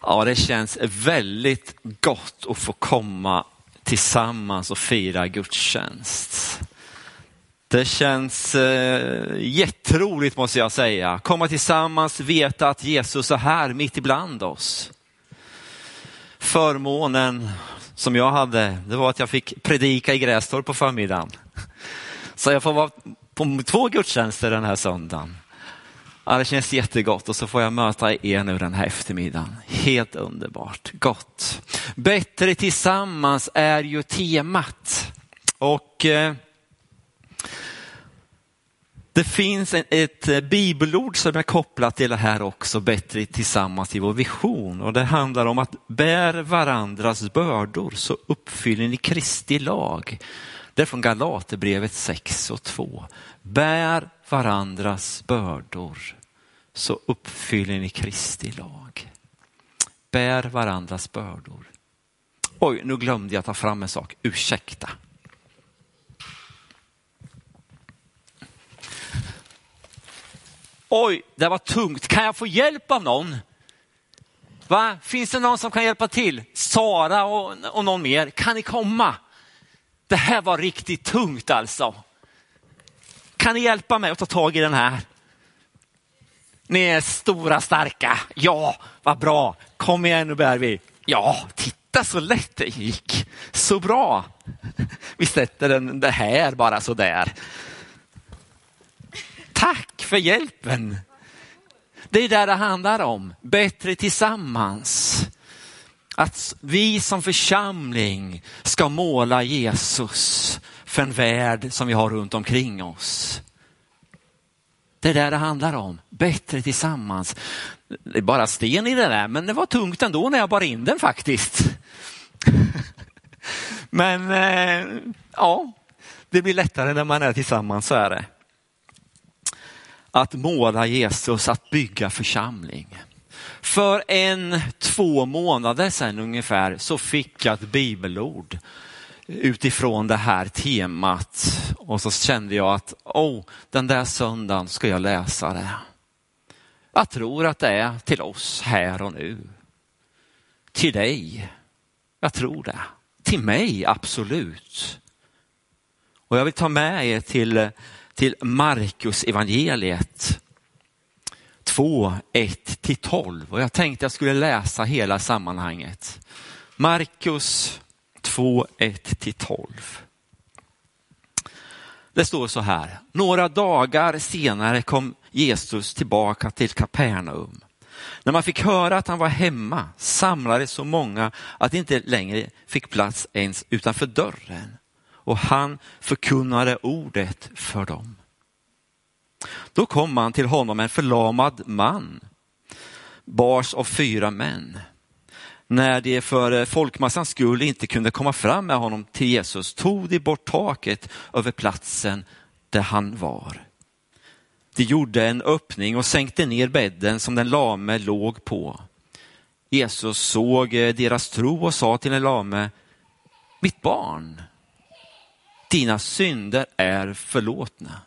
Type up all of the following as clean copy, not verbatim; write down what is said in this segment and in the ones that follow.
Ja, det känns väldigt gott att få komma tillsammans och fira gudstjänst. Det känns jätteroligt måste jag säga. Komma tillsammans, veta att Jesus är här mitt ibland oss. Förmånen som jag hade, det var att jag fick predika i Grästorp på förmiddagen. Så jag får vara på 2 gudstjänster den här söndagen. Ja, det känns jättegott och så får jag möta er nu den här eftermiddagen. Helt underbart, gott. Bättre tillsammans är ju temat. Och det finns ett bibelord som är kopplat till det här också. Bättre tillsammans i vår vision. Och det handlar om att bär varandras bördor så uppfyller ni Kristi lag. Det är från Galaterbrevet 6:2. Bär varandras bördor så uppfyller ni Kristi lag. Bär varandras bördor. Oj, nu glömde jag ta fram en sak. Ursäkta. Oj, det var tungt. Kan jag få hjälp av någon? Va? Finns det någon som kan hjälpa till? Sara och någon mer. Kan ni komma? Det här var riktigt tungt alltså. Kan ni hjälpa mig att ta tag i den här? Ni är stora, starka. Ja, vad bra. Kom igen, nu bär vi. Ja, titta så lätt det gick. Så bra. Vi sätter det här bara så där. Tack för hjälpen. Det är där det handlar om. Bättre tillsammans. Att vi som församling ska måla Jesus för en värld som vi har runt omkring oss. Det är där det handlar om. Bättre tillsammans. Det är bara sten i det där, men det var tungt ändå när jag bar in den faktiskt. Men ja, det blir lättare när man är tillsammans, så är det. Att måla Jesus, att bygga församling. För 2 månader sedan ungefär så fick jag ett bibelord utifrån det här temat. Och så kände jag att den där söndagen ska jag läsa det. Jag tror att det är till oss här och nu. Till dig. Jag tror det. Till mig, absolut. Och jag vill ta med er till Markus evangeliet 2:1-12. Och jag tänkte jag skulle läsa hela sammanhanget. Markus 2:1-12. Det står så här. Några dagar senare kom Jesus tillbaka till Kapernaum. När man fick höra att han var hemma samlades så många att det inte längre fick plats ens utanför dörren. Och han förkunnade ordet för dem. Då kom man till honom en förlamad man, bars av 4 män. När de för folkmassans skull inte kunde komma fram med honom till Jesus tog de bort taket över platsen där han var. De gjorde en öppning och sänkte ner bädden som den lame låg på. Jesus såg deras tro och sa till den lame: mitt barn, dina synder är förlåtna.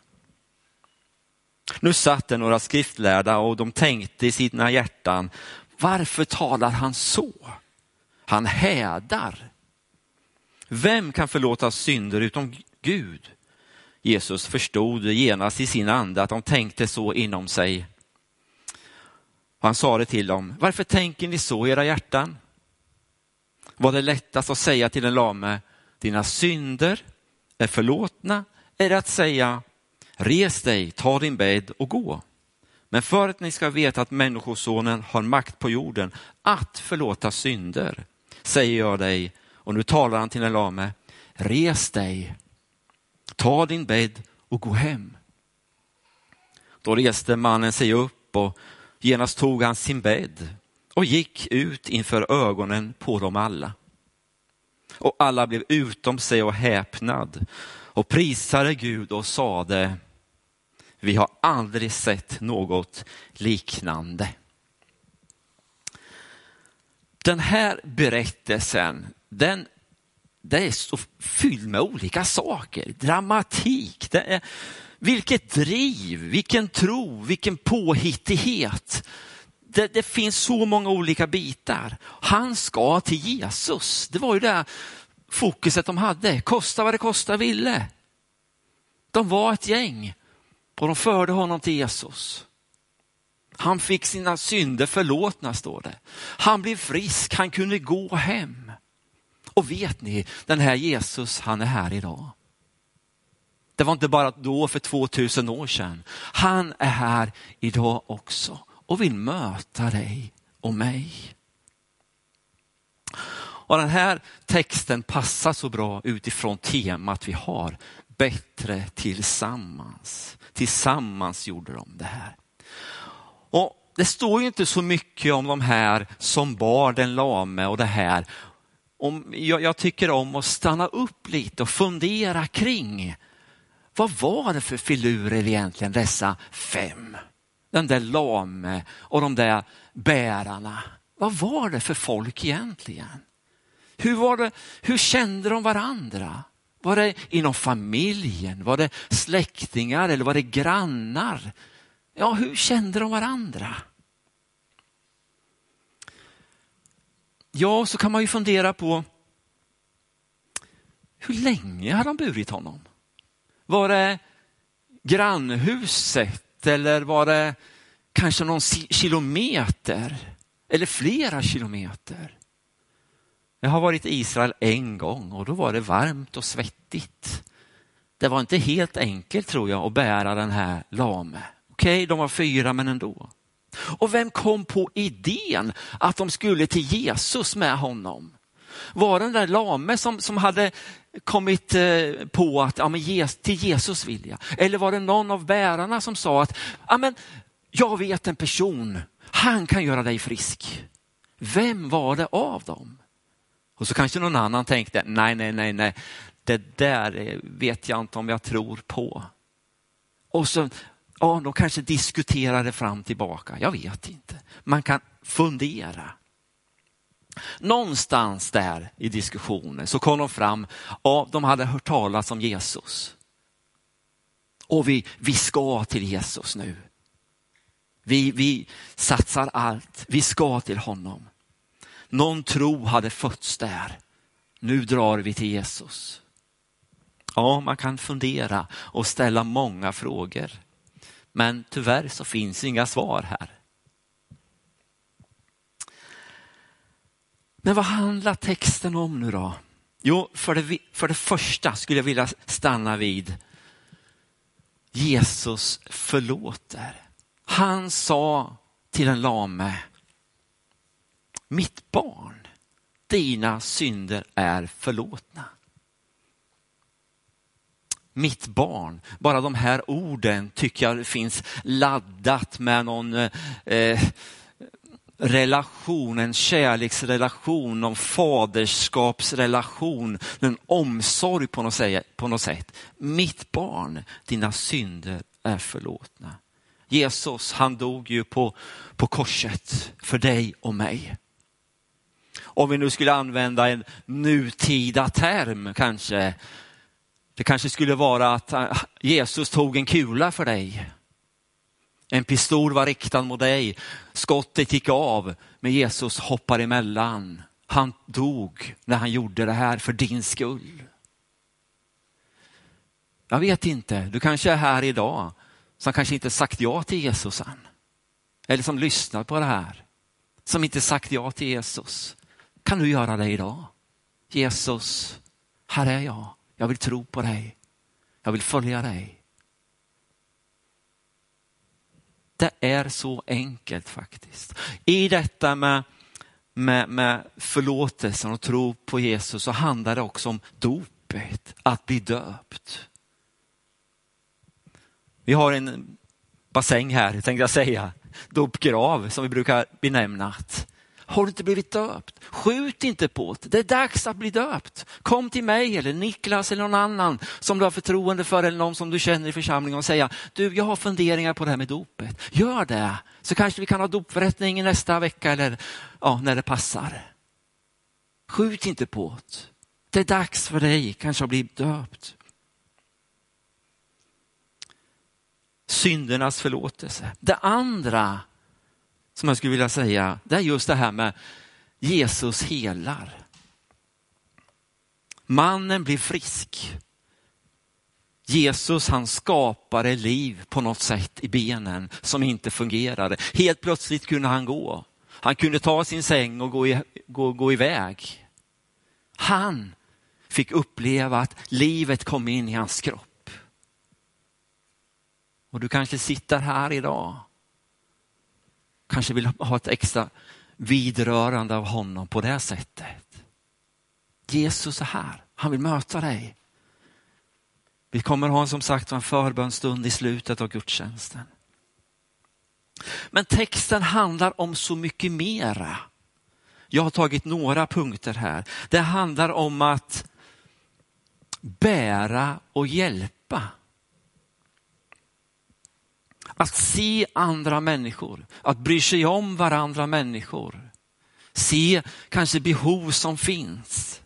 Nu satt det några skriftlärda och de tänkte i sina hjärtan: varför talar han så? Han hädar. Vem kan förlåta synder utom Gud? Jesus förstod genast i sin ande att de tänkte så inom sig. Han sa det till dem: varför tänker ni så i era hjärtan? Var det lättast att säga till en lame: dina synder är förlåtna, eller att säga: res dig, ta din bädd och gå? Men för att ni ska veta att människosonen har makt på jorden att förlåta synder, säger jag dig, och nu talar han till en lame: res dig, ta din bädd och gå hem. Då reste mannen sig upp och genast tog han sin bädd och gick ut inför ögonen på dem alla. Och alla blev utom sig och häpnad och prisade Gud och sade: vi har aldrig sett något liknande. Den här berättelsen, det är så fylld med olika saker. Dramatik, det är, vilket driv, vilken tro, vilken påhittighet. det finns så många olika bitar. Han ska till Jesus. Det var ju det fokuset de hade. Kosta vad det kosta ville. De var ett gäng och de förde honom till Jesus. Han fick sina synder förlåtna, står det. Han blev frisk, han kunde gå hem. Och vet ni, den här Jesus, han är här idag. Det var inte bara då för 2000 år sedan. Han är här idag också och vill möta dig och mig. Och den här texten passar så bra utifrån temat vi har. Bättre tillsammans. Tillsammans gjorde de det här. Och det står ju inte så mycket om de här som bar den lame och det här. Jag tycker om att stanna upp lite och fundera kring. Vad var det för filurer egentligen, dessa 5? Den där lame och de där bärarna. Vad var det för folk egentligen? Hur kände de varandra? Var det inom familjen? Var det släktingar eller var det grannar? Ja, hur kände de varandra? Ja, så kan man ju fundera på hur länge har de burit honom? Var det grannhuset eller var det kanske någon kilometer eller flera kilometer? Jag har varit i Israel en gång och då var det varmt och svettigt. Det var inte helt enkelt, tror jag, att bära den här lame. Okej, de var 4 men ändå. Och vem kom på idén att de skulle till Jesus med honom? Var den där lame som hade kommit på att till Jesus vill jag? Eller var det någon av bärarna som sa att jag vet en person, han kan göra dig frisk. Vem var det av dem? Och så kanske någon annan tänkte, nej. Det där vet jag inte om jag tror på. Och så, de kanske diskuterade fram tillbaka. Jag vet inte. Man kan fundera. Någonstans där i diskussionen så kom de fram. De hade hört talas om Jesus. Och vi ska till Jesus nu. Vi satsar allt. Vi ska till honom. Någon tro hade fötts där. Nu drar vi till Jesus. Ja, man kan fundera och ställa många frågor. Men tyvärr så finns inga svar här. Men vad handlar texten om nu då? Jo, för det första skulle jag vilja stanna vid Jesus förlåter. Han sa till en lame: mitt barn, dina synder är förlåtna. Mitt barn, bara de här orden tycker jag finns laddat med någon relation, en kärleksrelation, någon faderskapsrelation, en omsorg på något sätt. Mitt barn, dina synder är förlåtna. Jesus, han dog ju på korset för dig och mig. Om vi nu skulle använda en nutida term kanske. Det kanske skulle vara att Jesus tog en kula för dig. En pistol var riktad mot dig. Skottet gick av, men Jesus hoppar emellan. Han dog när han gjorde det här för din skull. Jag vet inte, du kanske är här idag som kanske inte sagt ja till Jesus än. Eller som lyssnar på det här. Som inte sagt ja till Jesus. Kan du göra det idag? Jesus, här är jag. Jag vill tro på dig. Jag vill följa dig. Det är så enkelt faktiskt. I detta med förlåtelsen och tro på Jesus så handlar det också om dopet. Att bli döpt. Vi har en bassäng här, tänkte jag säga. Dopgrav som vi brukar benämna. Har du inte blivit döpt? Skjut inte på det. Det är dags att bli döpt. Kom till mig eller Niklas eller någon annan som du har förtroende för eller någon som du känner i församlingen och säga: du, jag har funderingar på det här med dopet. Gör det. Så kanske vi kan ha dopförrättning nästa vecka eller när det passar. Skjut inte på det. Det är dags för dig kanske att bli döpt. Syndernas förlåtelse. Det andra som jag skulle vilja säga, det är just det här med Jesus helar. Mannen blir frisk. Jesus, han skapade liv på något sätt i benen som inte fungerade. Helt plötsligt kunde han gå. Han kunde ta sin säng och gå iväg. Han fick uppleva att livet kom in i hans kropp. Och du kanske sitter här idag. Kanske vill ha ett extra vidrörande av honom på det sättet. Jesus är här. Han vill möta dig. Vi kommer ha som sagt en förbönstund i slutet av gudstjänsten. Men texten handlar om så mycket mera. Jag har tagit några punkter här. Det handlar om att bära och hjälpa. Att se andra människor. Att bry sig om varandra människor. Se kanske behov som finns.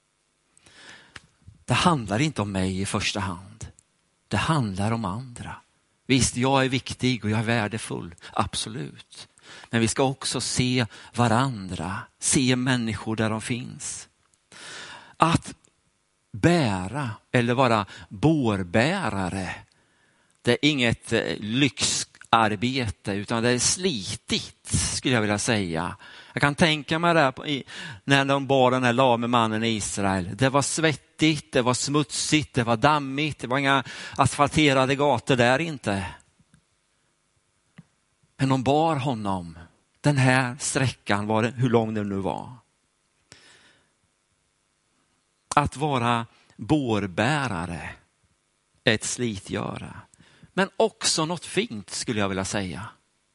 Det handlar inte om mig i första hand. Det handlar om andra. Visst, jag är viktig och jag är värdefull. Absolut. Men vi ska också se varandra. Se människor där de finns. Att bära eller vara bårbärare. Det är inget lyxarbete utan det är slitigt skulle jag vilja säga. Jag kan tänka mig det när de bar den här lame mannen i Israel. Det var svettigt, det var smutsigt, det var dammigt. Det var inga asfalterade gator där inte. Men de bar honom. Den här sträckan var det, hur lång den nu var. Att vara bårbärare är ett slitgöra. Men också något fint skulle jag vilja säga.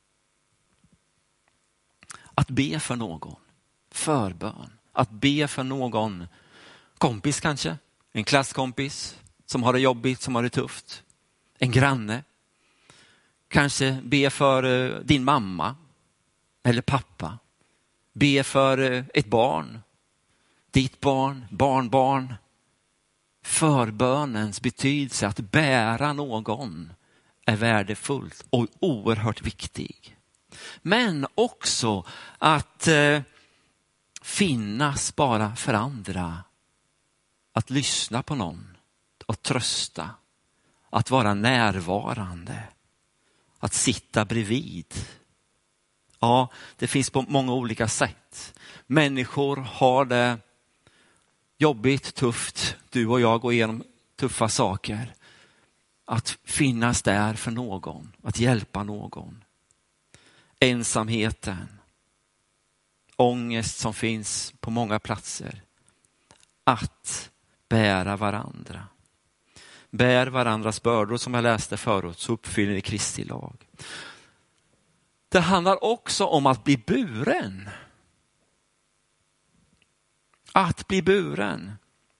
Att be för någon. Förbön. Att be för någon kompis kanske. En klasskompis som har det jobbigt, som har det tufft. En granne. Kanske be för din mamma eller pappa. Be för ett barn. Ditt barn, barnbarn. Förbönens betydelse att bära någon är värdefullt och oerhört viktig. Men också att finnas bara för andra. Att lyssna på någon. Att trösta. Att vara närvarande. Att sitta bredvid. Ja, det finns på många olika sätt. Människor har det jobbigt, tufft. Du och jag går igenom tuffa saker. Att finnas där för någon. Att hjälpa någon. Ensamheten. Ångest som finns på många platser. Att bära varandra. Bär varandras bördor som jag läste förut, så uppfyller ni Kristi lag. Det handlar också om att bli buren. Att bli buren.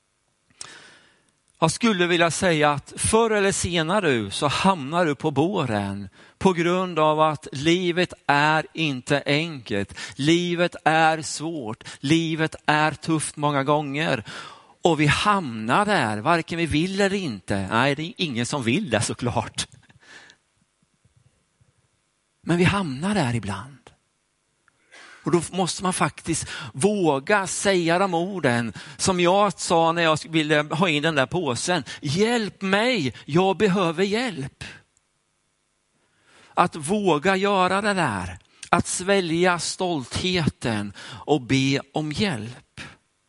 Jag skulle vilja säga att förr eller senare så hamnar du på båren på grund av att livet är inte enkelt. Livet är svårt. Livet är tufft många gånger. Och vi hamnar där, varken vi vill eller inte. Nej, det är ingen som vill det såklart. Men vi hamnar där ibland. Och då måste man faktiskt våga säga de orden som jag sa när jag ville ha in den där påsen. Hjälp mig, jag behöver hjälp. Att våga göra det där. Att svälja stoltheten och be om hjälp.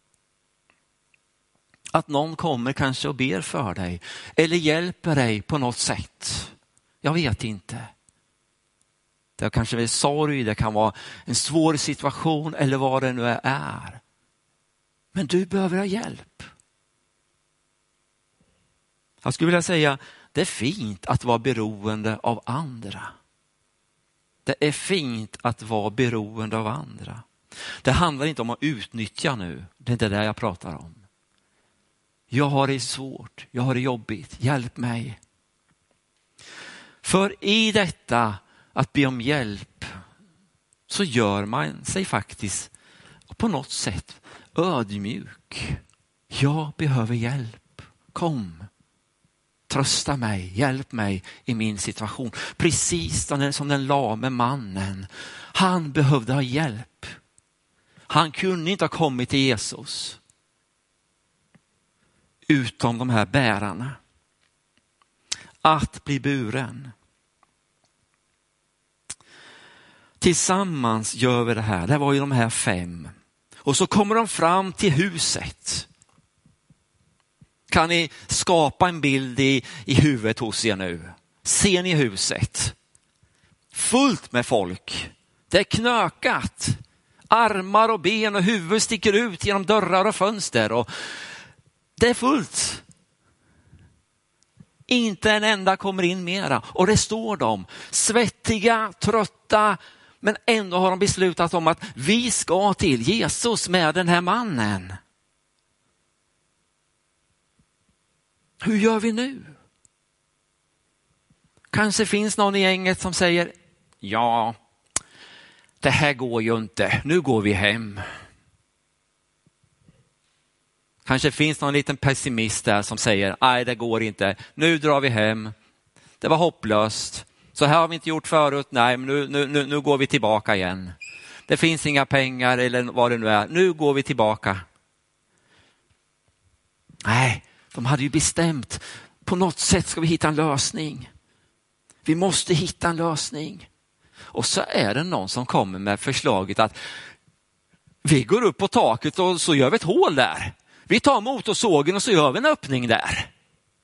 Att någon kommer kanske och ber för dig. Eller hjälper dig på något sätt. Jag vet inte. Det kanske är sorg, det kan vara en svår situation eller vad det nu är. Men du behöver ha hjälp. Jag skulle vilja säga, det är fint att vara beroende av andra. Det är fint att vara beroende av andra. Det handlar inte om att utnyttja nu. Det är inte det jag pratar om. Jag har det svårt, jag har det jobbigt, hjälp mig. För i detta att be om hjälp så gör man sig faktiskt på något sätt ödmjuk. Jag behöver hjälp. Kom. trösta mig, hjälp mig i min situation. Precis som den lame mannen. Han behövde ha hjälp. Han kunde inte ha kommit till Jesus utom de här bärarna. Att bli buren. Tillsammans gör vi det här. Det var ju de här 5. Och så kommer de fram till huset. Kan ni skapa en bild i huvudet hos er nu? Ser ni huset? Fullt med folk. Det är knökat. Armar och ben och huvud sticker ut genom dörrar och fönster. Och det är fullt. Inte en enda kommer in mera. Och det står de svettiga, trötta, men ändå har de beslutat om att vi ska till Jesus med den här mannen. Hur gör vi nu? Kanske finns någon i gänget som säger, ja, det här går ju inte. Nu går vi hem. Kanske finns någon liten pessimist där som säger, nej det går inte. Nu drar vi hem. Det var hopplöst. Så här har vi inte gjort förut. Nej, men nu går vi tillbaka igen. Det finns inga pengar eller vad det nu är. Nu går vi tillbaka. Nej, de hade ju bestämt. På något sätt ska vi hitta en lösning. Vi måste hitta en lösning. Och så är det någon som kommer med förslaget att vi går upp på taket och så gör vi ett hål där. Vi tar motorsågen och så gör vi en öppning där.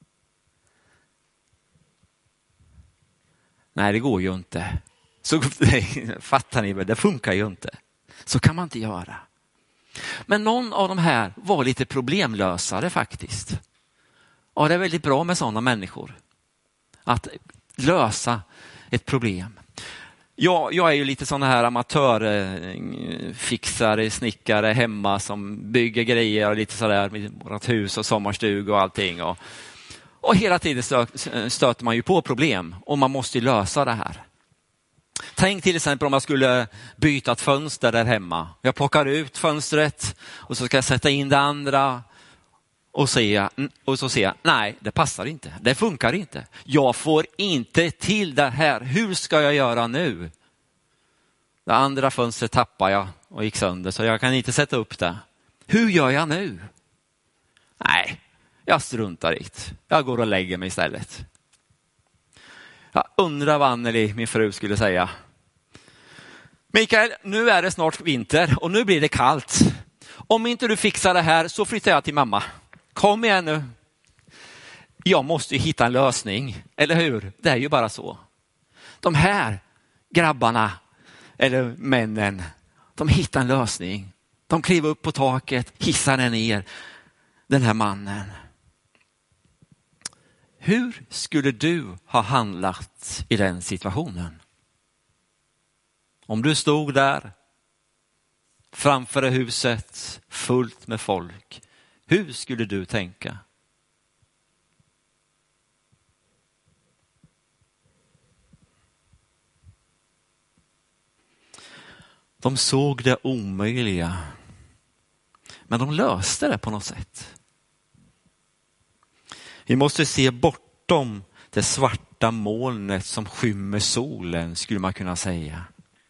Nej, det går ju inte. Så fattar ni väl, det funkar ju inte. Så kan man inte göra. Men någon av de här var lite problemlösare faktiskt. Och det är väldigt bra med sådana människor. Att lösa ett problem. Jag är ju lite sådana här amatörfixare, snickare hemma som bygger grejer och lite sådär med vårt hus och sommarstug och allting. Och hela tiden stöter man ju på problem och man måste ju lösa det här. Tänk till exempel om jag skulle byta ett fönster där hemma. Jag plockar ut fönstret och så ska jag sätta in det andra. Och så ser jag, nej det passar inte, det funkar inte. Jag får inte till det här, hur ska jag göra nu? Det andra fönstret tappar jag och gick sönder så jag kan inte sätta upp det. Hur gör jag nu? Nej, jag struntar i det. Jag går och lägger mig istället. Jag undrar vad Anneli, min fru, skulle säga. Mikael, nu är det snart vinter och nu blir det kallt. Om inte du fixar det här så flyttar jag till mamma. Kom igen nu. Jag måste ju hitta en lösning, eller hur? Det är ju bara så. De här grabbarna, eller männen, de hittar en lösning. De kliver upp på taket, hissar ner den här mannen. Hur skulle du ha handlat i den situationen? Om du stod där framför huset fullt med folk. Hur skulle du tänka? De såg det omöjliga. Men de löste det på något sätt. Vi måste se bortom det svarta molnet som skymmer solen, skulle man kunna säga.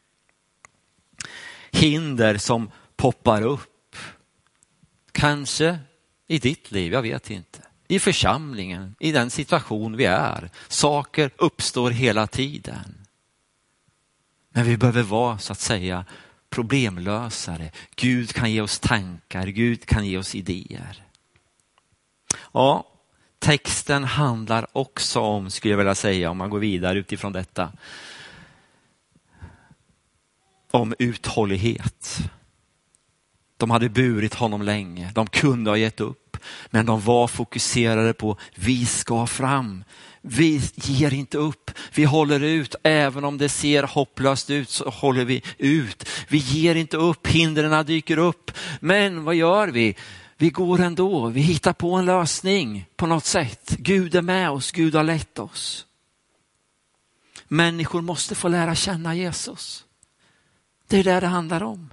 Hinder som poppar upp. Kanske i ditt liv, jag vet inte. I församlingen, i den situation vi är. Saker uppstår hela tiden. Men vi behöver vara, så att säga, problemlösare. Gud kan ge oss tankar, Gud kan ge oss idéer. Ja, texten handlar också om, skulle jag vilja säga, om man går vidare utifrån detta, om uthållighet. De hade burit honom länge. De kunde ha gett upp. Men de var fokuserade på, vi ska fram. Vi ger inte upp. Vi håller ut. Även om det ser hopplöst ut så håller vi ut. Vi ger inte upp. Hindren dyker upp. Men vad gör vi? Vi går ändå. Vi hittar på en lösning på något sätt. Gud är med oss. Gud har lett oss. Människor måste få lära känna Jesus. Det är det handlar om.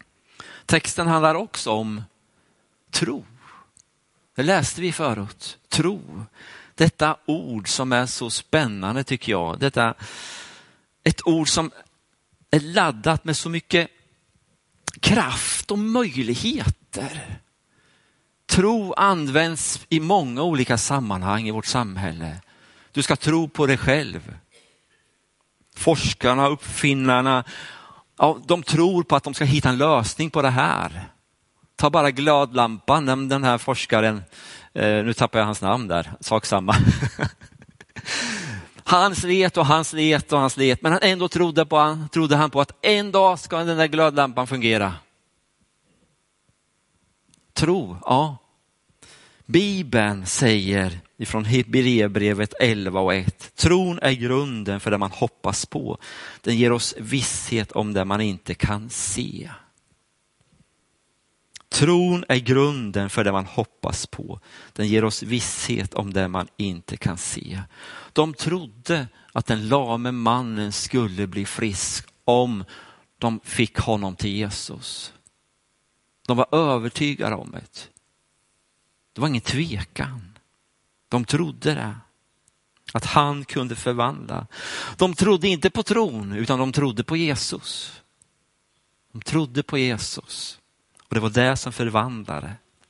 Texten handlar också om tro. Det läste vi förut. Tro. Detta ord som är så spännande tycker jag. Detta ett ord som är laddat med så mycket kraft och möjligheter. Tro används i många olika sammanhang i vårt samhälle. Du ska tro på dig själv. Forskarna, uppfinnarna, ja, de tror på att de ska hitta en lösning på det här. Ta bara glödlampan, den här forskaren, nu tappar jag hans namn där, sak samma. Han slet och han slet och han slet, men han ändå trodde han på att en dag ska den där glödlampan fungera. Tro, ja. Bibeln säger ifrån Hebreerbrevet 11:1. Tron är grunden för det man hoppas på. Den ger oss visshet om det man inte kan se. Tron är grunden för det man hoppas på. Den ger oss visshet om det man inte kan se. De trodde att den lame mannen skulle bli frisk om de fick honom till Jesus. De var övertygade om det. Det var ingen tvekan. De trodde det. Att han kunde förvandla. De trodde inte på tron utan de trodde på Jesus. De trodde på Jesus. Och det var det som förvandlade.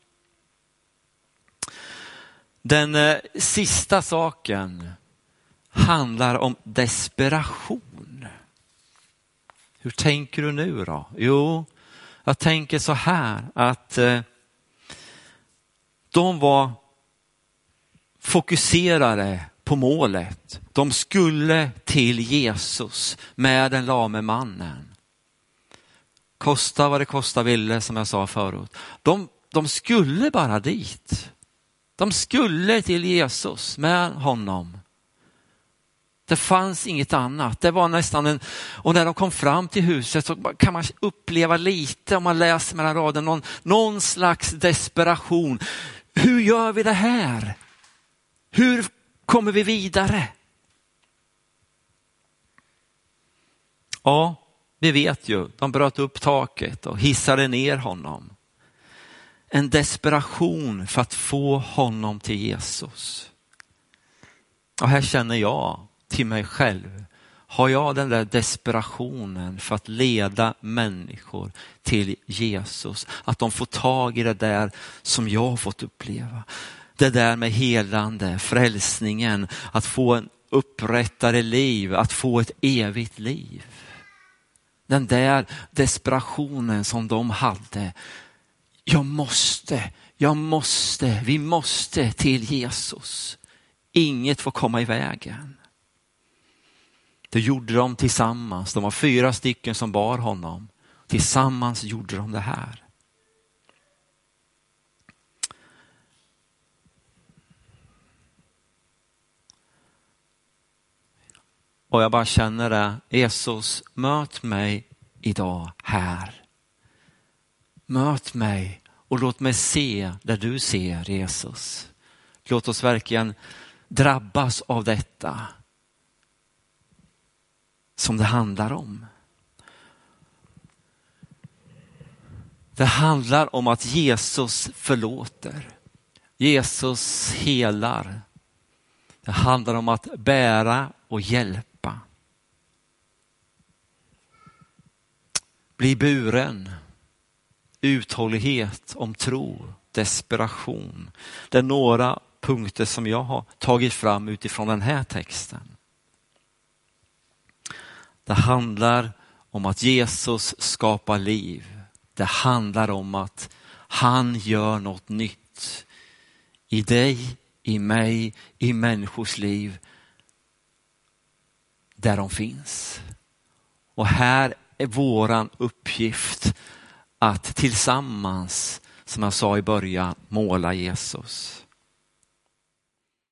Den sista saken handlar om desperation. Hur tänker du nu då? Jo, jag tänker så här att de var fokuserade på målet. De skulle till Jesus med den lame mannen. Kosta vad det kosta ville, som jag sa förut. De skulle bara dit. De skulle till Jesus med honom. Det fanns inget annat. Det var nästan och när de kom fram till huset så kan man uppleva lite, om man läser mellan raderna, någon slags desperation. Hur gör vi det här? Hur kommer vi vidare? Ja, vi vet ju. De bröt upp taket och hissade ner honom. En desperation för att få honom till Jesus. Och här känner jag till mig själv. Har jag den där desperationen för att leda människor till Jesus? Att de får tag i det där som jag har fått uppleva. Det där med helande, frälsningen, att få en upprättade liv, att få ett evigt liv. Den där desperationen som de hade. Vi måste till Jesus. Inget får komma i vägen. Det gjorde de tillsammans. De var 4 stycken som bar honom. Tillsammans gjorde de det här. Och jag bara känner det. Jesus, möt mig idag här. Möt mig och låt mig se där du ser, Jesus. Låt oss verkligen drabbas av detta som det handlar om. Det handlar om att Jesus förlåter. Jesus helar. Det handlar om att bära och hjälpa. Bli buren. Uthållighet, om tro, desperation. Det är några punkter som jag har tagit fram utifrån den här texten. Det handlar om att Jesus skapar liv. Det handlar om att han gör något nytt i dig, i mig, i människors liv där de finns. Och här är våran uppgift att tillsammans, som jag sa i början, måla Jesus.